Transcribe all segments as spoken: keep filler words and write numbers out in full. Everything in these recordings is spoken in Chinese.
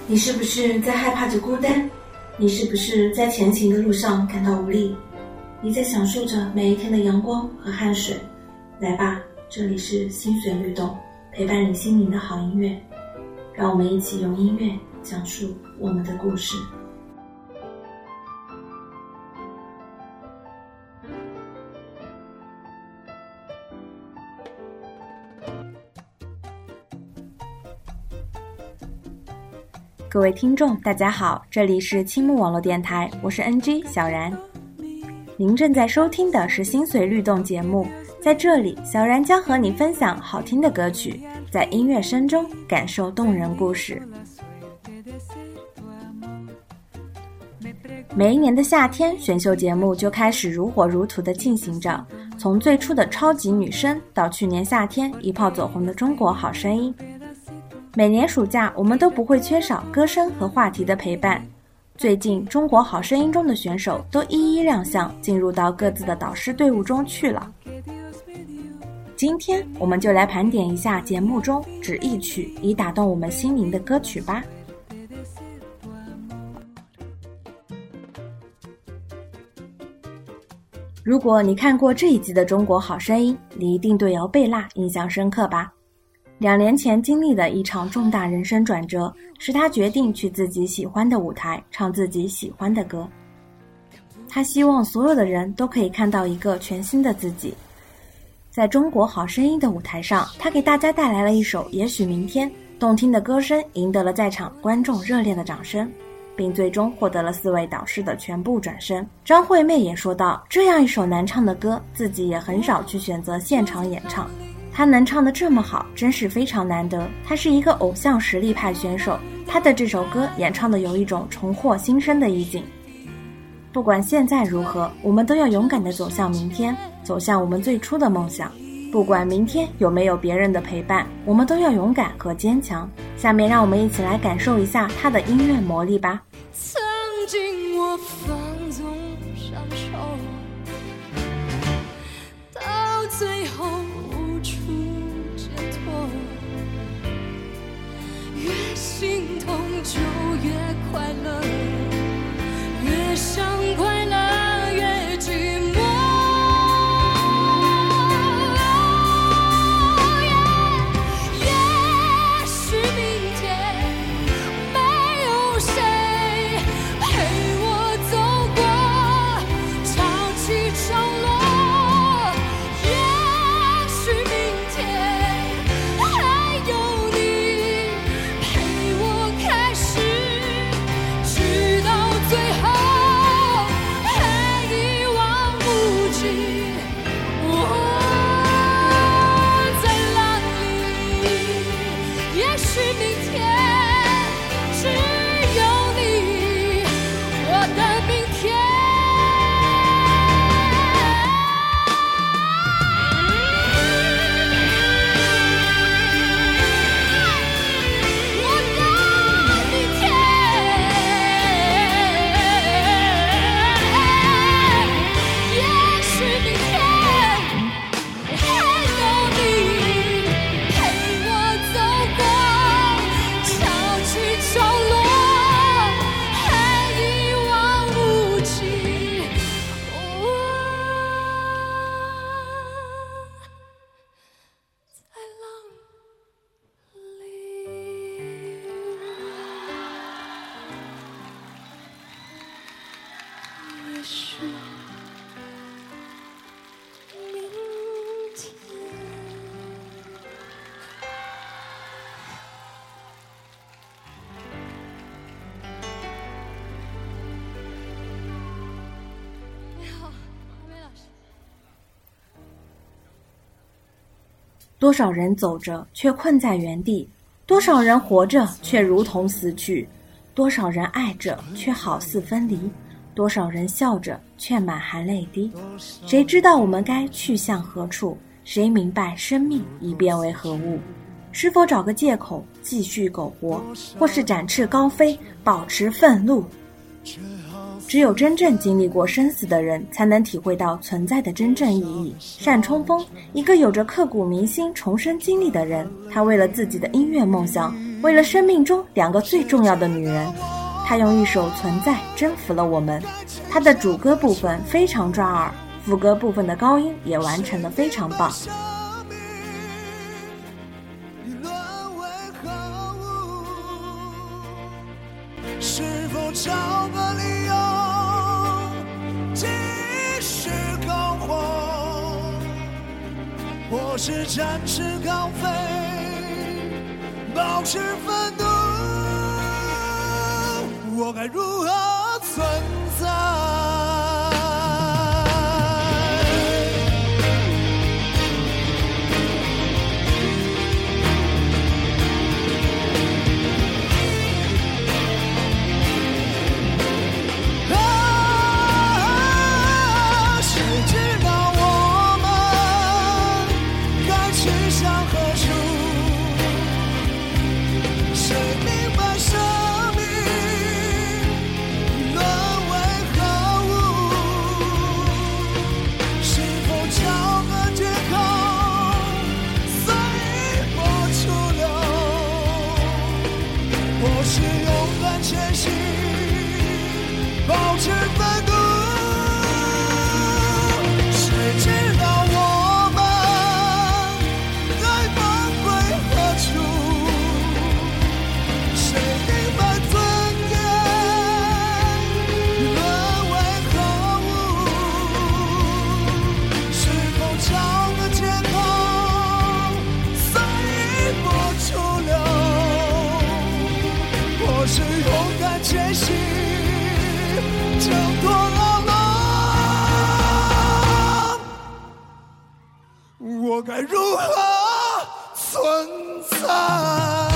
你是不是在害怕着孤单？你是不是在前行的路上感到无力？你在享受着每一天的阳光和汗水？来吧，这里是心随律动，陪伴你心灵的好音乐。让我们一起用音乐讲述我们的故事。 各位听众大家好，这里是青木网络电台，我是 N G 小然。您正在收听的是心随律动节目，在这里小然将和你分享好听的歌曲，在音乐声中感受动人故事。每一年的夏天，选秀节目就开始如火如荼地进行着，从最初的超级女声到去年夏天一炮走红的中国好声音。每年暑假我们都不会缺少歌声和话题的陪伴，最近中国好声音中的选手都一一亮相，进入到各自的导师队伍中去了。今天我们就来盘点一下节目中只一曲以打动我们心灵的歌曲吧。如果你看过这一季的中国好声音，你一定对姚贝娜印象深刻吧。两年前经历的一场重大人生转折，使他决定去自己喜欢的舞台，唱自己喜欢的歌。他希望所有的人都可以看到一个全新的自己。在中国好声音的舞台上，他给大家带来了一首《也许明天》，动听的歌声赢得了在场观众热烈的掌声，并最终获得了四位导师的全部转身。张惠妹也说道，这样一首难唱的歌，自己也很少去选择现场演唱。他能唱得这么好，真是非常难得。他是一个偶像实力派选手，他的这首歌演唱的有一种重获新生的意境。不管现在如何，我们都要勇敢地走向明天，走向我们最初的梦想。不管明天有没有别人的陪伴，我们都要勇敢和坚强。下面让我们一起来感受一下他的音乐魔力吧。 曾经我放纵享受，到最后无处解脱，越心痛就越快乐，越想快乐越寂寞。也许明天没有谁陪我走过潮起潮落，也许明天还有你陪我开始，直到最后还一望无际。我在浪里，也许明天只有你，我的明天。我的明天，也许明天还有你陪我走过潮起潮落，还一望无际。我在浪里。也许明天。你好，梅老师。 多少人走着却困在原地，多少人活着却如同死去，多少人爱着却好似分离，多少人笑着却满含泪滴。谁知道我们该去向何处？谁明白生命已变为何物？是否找个借口继续苟活，或是展翅高飞，保持愤怒？只有真正经历过生死的人，才能体会到存在的真正意义。单冲锋，一个有着刻骨铭心重生经历的人，他为了自己的音乐梦想， 为了生命中两个最重要的女人，她用一首《存在》征服了我们。她的主歌部分非常抓耳，副歌部分的高音也完成得非常棒。 是否找个理由继续苟活，或是展翅高飞，保持愤怒？我该如何存在？我该如何存在？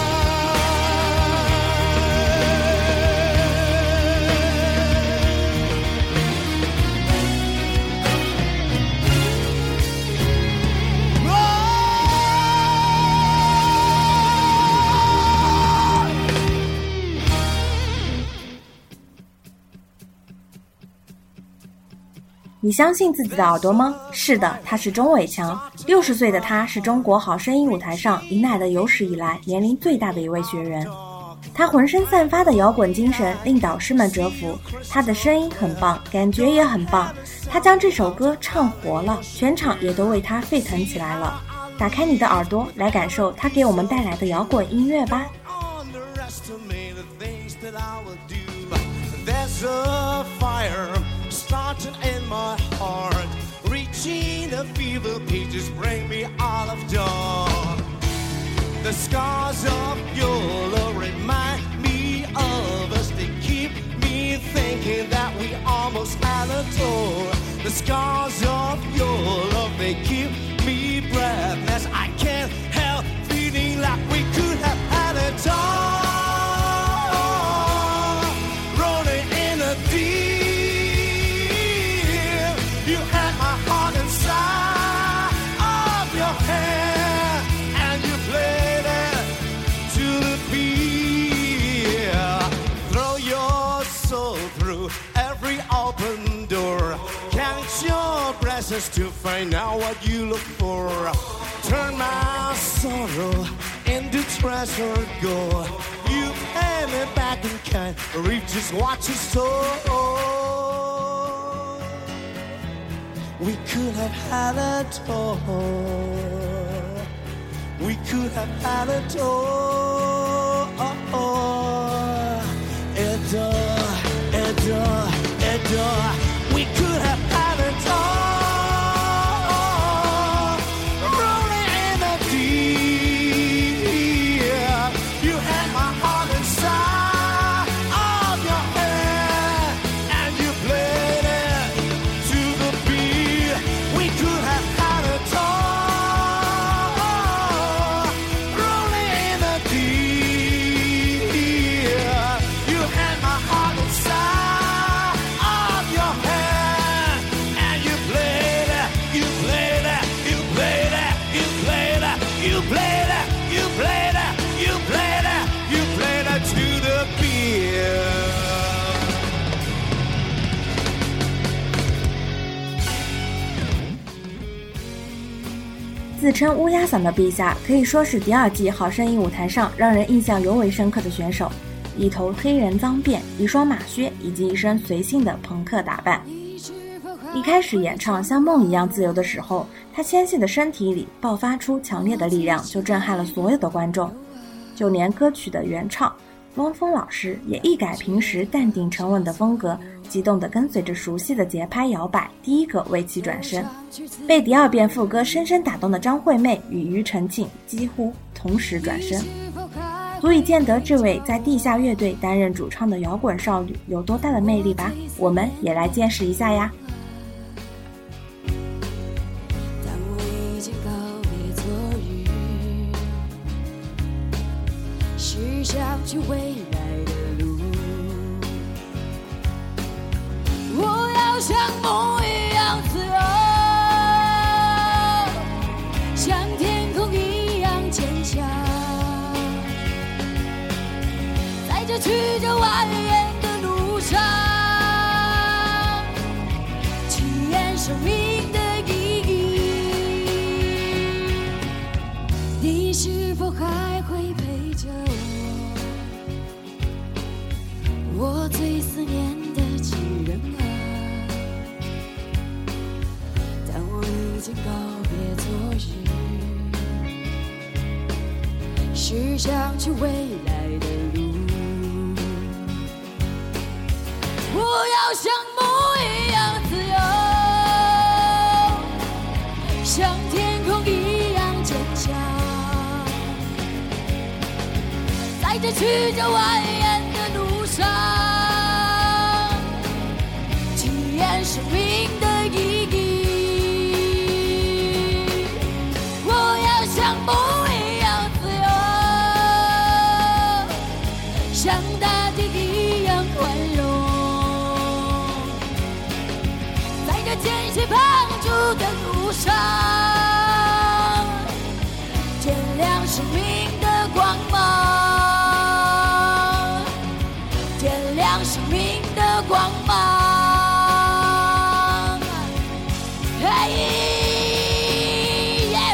你相信自己的耳朵吗？是的，他是钟伟强。六十岁的他是中国好声音舞台上迎来的有史以来年龄最大的一位学员。他浑身散发的摇滚精神令导师们折服，他的声音很棒，感觉也很棒。他将这首歌唱活了，全场也都为他沸腾起来了。打开你的耳朵，来感受他给我们带来的摇滚音乐吧。 Starting in my heart, reaching the fever pages, bring me out of dawn. The scars of your love remind me of us. They keep me thinking that we almost had a door. The scars of your love, they keep me breathless. I can't help feeling like we could have had it all. Rolling in a deep, you had my heart inside of your hand, and you played it to the beat. Throw your soul through every open door. Count your blessings to find out what you look for. Turn my sorrow into treasure gold. You pay me back in kind, reap just what you sow. We could have had it all. We could have had it all. It all, it all, it all. We could have had it all. Rolling in the deep. You had my heart inside of your hand, and you played it to the beat. We could have had it all. Rolling in the deep. You had my heart inside of your 自称乌鸦嗓的陛下可以说是第二季好声音舞台上让人印象尤为深刻的选手，一头黑人脏辫，一双马靴以及一身随性的朋克打扮。一开始演唱像梦一样自由的时候，他纤细的身体里爆发出强烈的力量，就震撼了所有的观众。就连歌曲的原唱汪峰老师也一改平时淡定沉稳的风格，激动地跟随着熟悉的节拍摇摆，第一个为其转身。被第二遍副歌深深打动的张惠妹与庾澄庆几乎同时转身，足以见得这位在地下乐队担任主唱的摇滚少女有多大的魅力吧。我们也来见识一下呀。 想起未来的路，我要像梦一样自由，像天空一样坚强，在这曲折蜿蜒的路上，体验生命的意义。你是否还会陪着我，我最思念的亲人啊，但我已经告别昨日，是想去未来的路。我要像梦一样自由，像天空一样坚强，在这曲折蜿蜒的路上，体验生命的意义。我要像梦一样自由，像大地一样宽容，在这艰险帮助的路上，点亮生命的光芒，生命的光芒。嘿耶！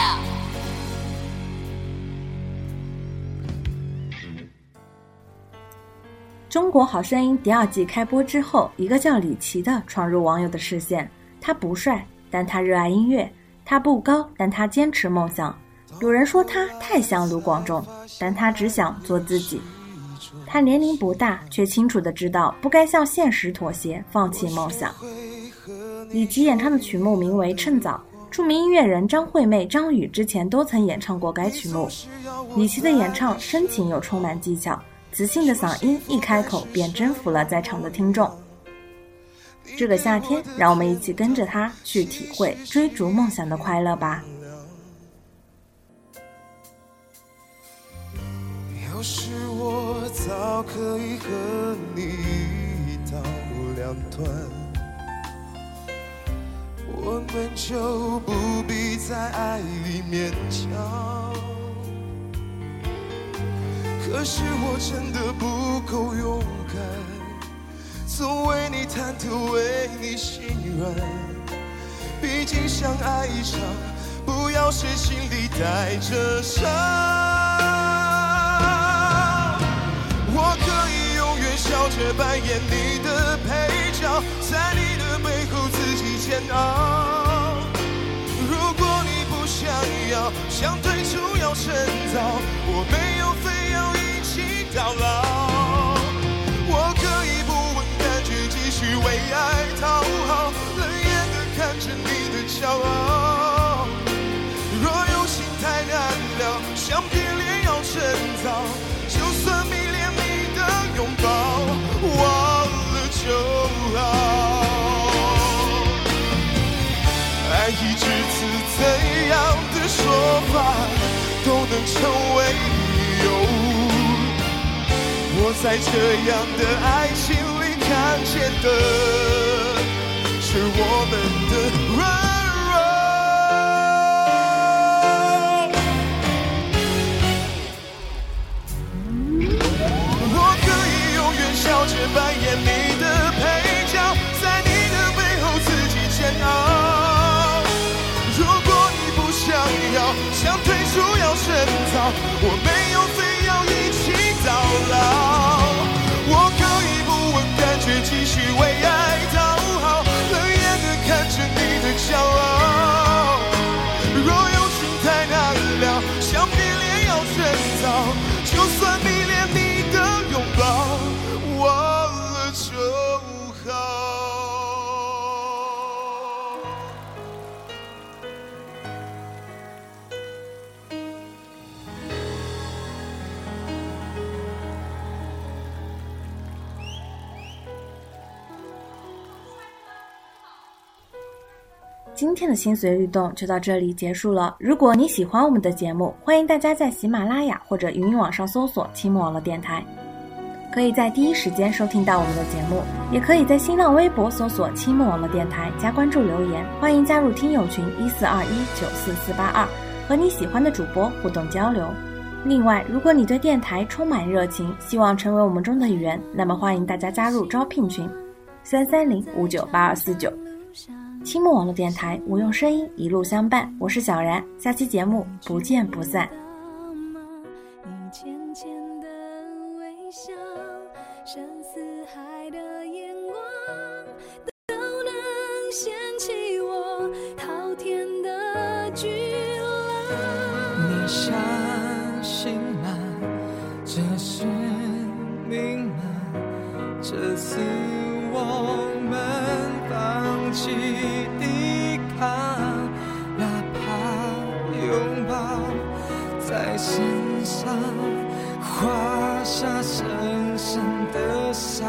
中国好声音第二季开播之后，一个叫李琦的闯入网友的视线。他不帅，但他热爱音乐；他不高，但他坚持梦想。有人说他太像卢广仲，但他只想做自己。他年龄不大，却清楚地知道不该向现实妥协，放弃梦想。李琦演唱的曲目名为《趁早》，著名音乐人张惠妹、张宇之前都曾演唱过该曲目。李琦的演唱深情又充满技巧，磁性的嗓音一开口便征服了在场的听众。这个夏天，让我们一起跟着他去体会追逐梦想的快乐吧。 要是我早可以和你一刀两断，我们就不必在爱里勉强。可是我真的不够勇敢，总为你忐忑，为你心软。毕竟相爱一场，不要是心里带着伤。我可以永远笑着扮演你的配角，在你的背后自己煎熬。如果你不想要，想退出要趁早，我没有非要一起到老。我可以不问感觉，继续为爱讨好，冷眼地看着你的骄傲。若有情太难了，想变脸要趁早，就算迷恋你的拥抱，忘了就好。爱一直是怎样的说法都能成为理由。我在这样的爱情里看见的是我们的软笑着扮演你的配角，在你的背后自己煎熬。如果你不想要，想退出要趁早，我没有非要一起到老。我可以不问感觉，继续为爱讨好，冷眼的看着你的骄傲。若有情太难了，想别恋要趁早，就算你连你的拥抱忘了就好。 今天的心随律动就到这里结束了。如果你喜欢我们的节目，欢迎大家在喜马拉雅或者云音网上搜索清末网络电台，可以在第一时间收听到我们的节目，也可以在新浪微博搜索清末网络电台加关注留言，欢迎加入听友群一四二一九四四八二，和你喜欢的主播互动交流。另外，如果你对电台充满热情，希望成为我们中的一员，那么欢迎大家加入招聘群三三零五九八二四九。清末网络电台，我用声音一路相伴，我是小然，下期节目不见不散。 你浅浅的微笑，深似海的眼光，都能掀起我滔天的巨浪。 你相信吗？这是命吗？这次我们放弃抵抗，哪怕拥抱在身上画下深深的伤，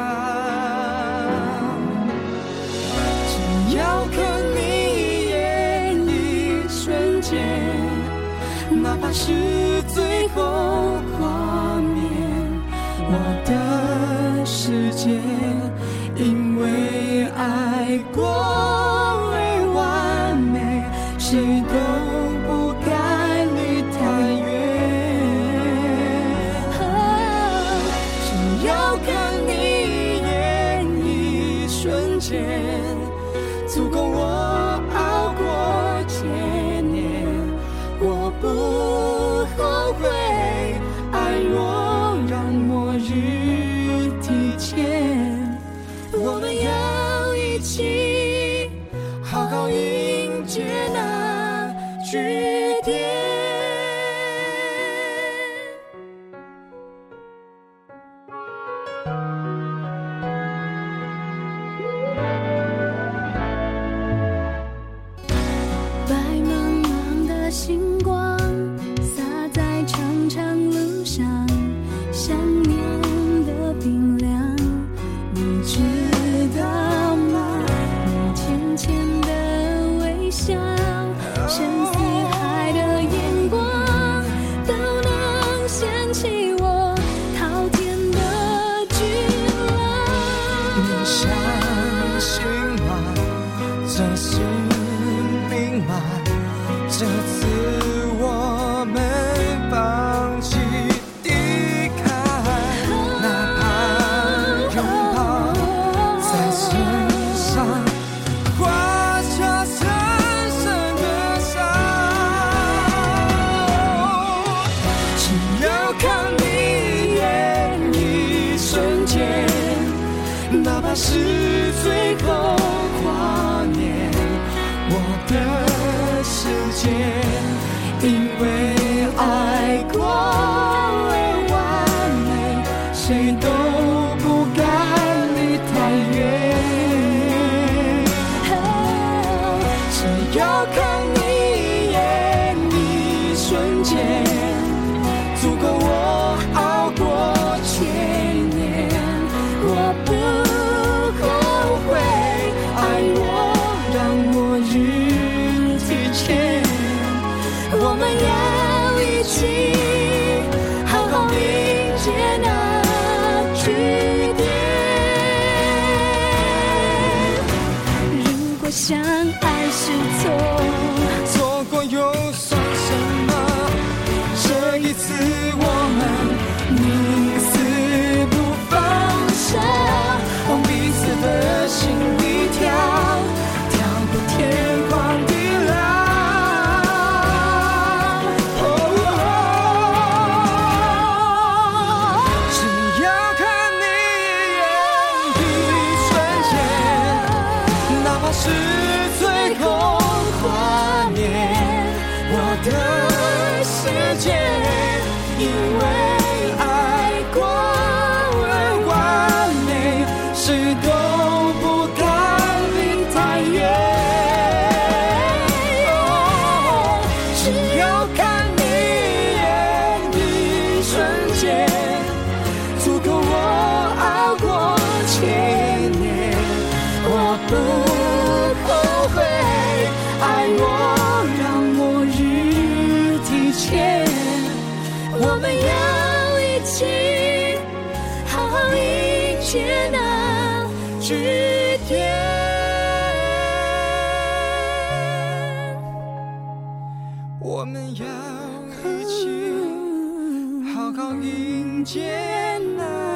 只要看你一眼一瞬间，哪怕是最后画面，我的世界因为爱过而完美，谁都不该离太远。只要看你一眼一瞬间，足够我熬过千年。我不后悔，爱若让末日提前，我们要一起好好迎接那句点。 白茫茫的星光洒在长长路上，想念的冰凉，你知道吗？你浅浅的微笑，深似海的眼光，都能掀起我滔天的巨浪。 你相信吗？这是命吗？这次我们放弃抵抗，哪怕拥抱在身上画下深深的伤，只要看你一眼一瞬间，哪怕是最后画面，我的世界因为爱过而完美，谁都不该离太远。只要看你一眼一瞬间，足够我熬过千年。我不后悔，爱若让末日提前，我们要一起好好迎接那句点。如果相爱是错， 错过又算什么？这一次我们宁死不放手，往彼此的心里跳，跳过天荒地老。 不后悔，爱我让末日提前，我们要一起好好迎接那句点。我们要一起好好迎接那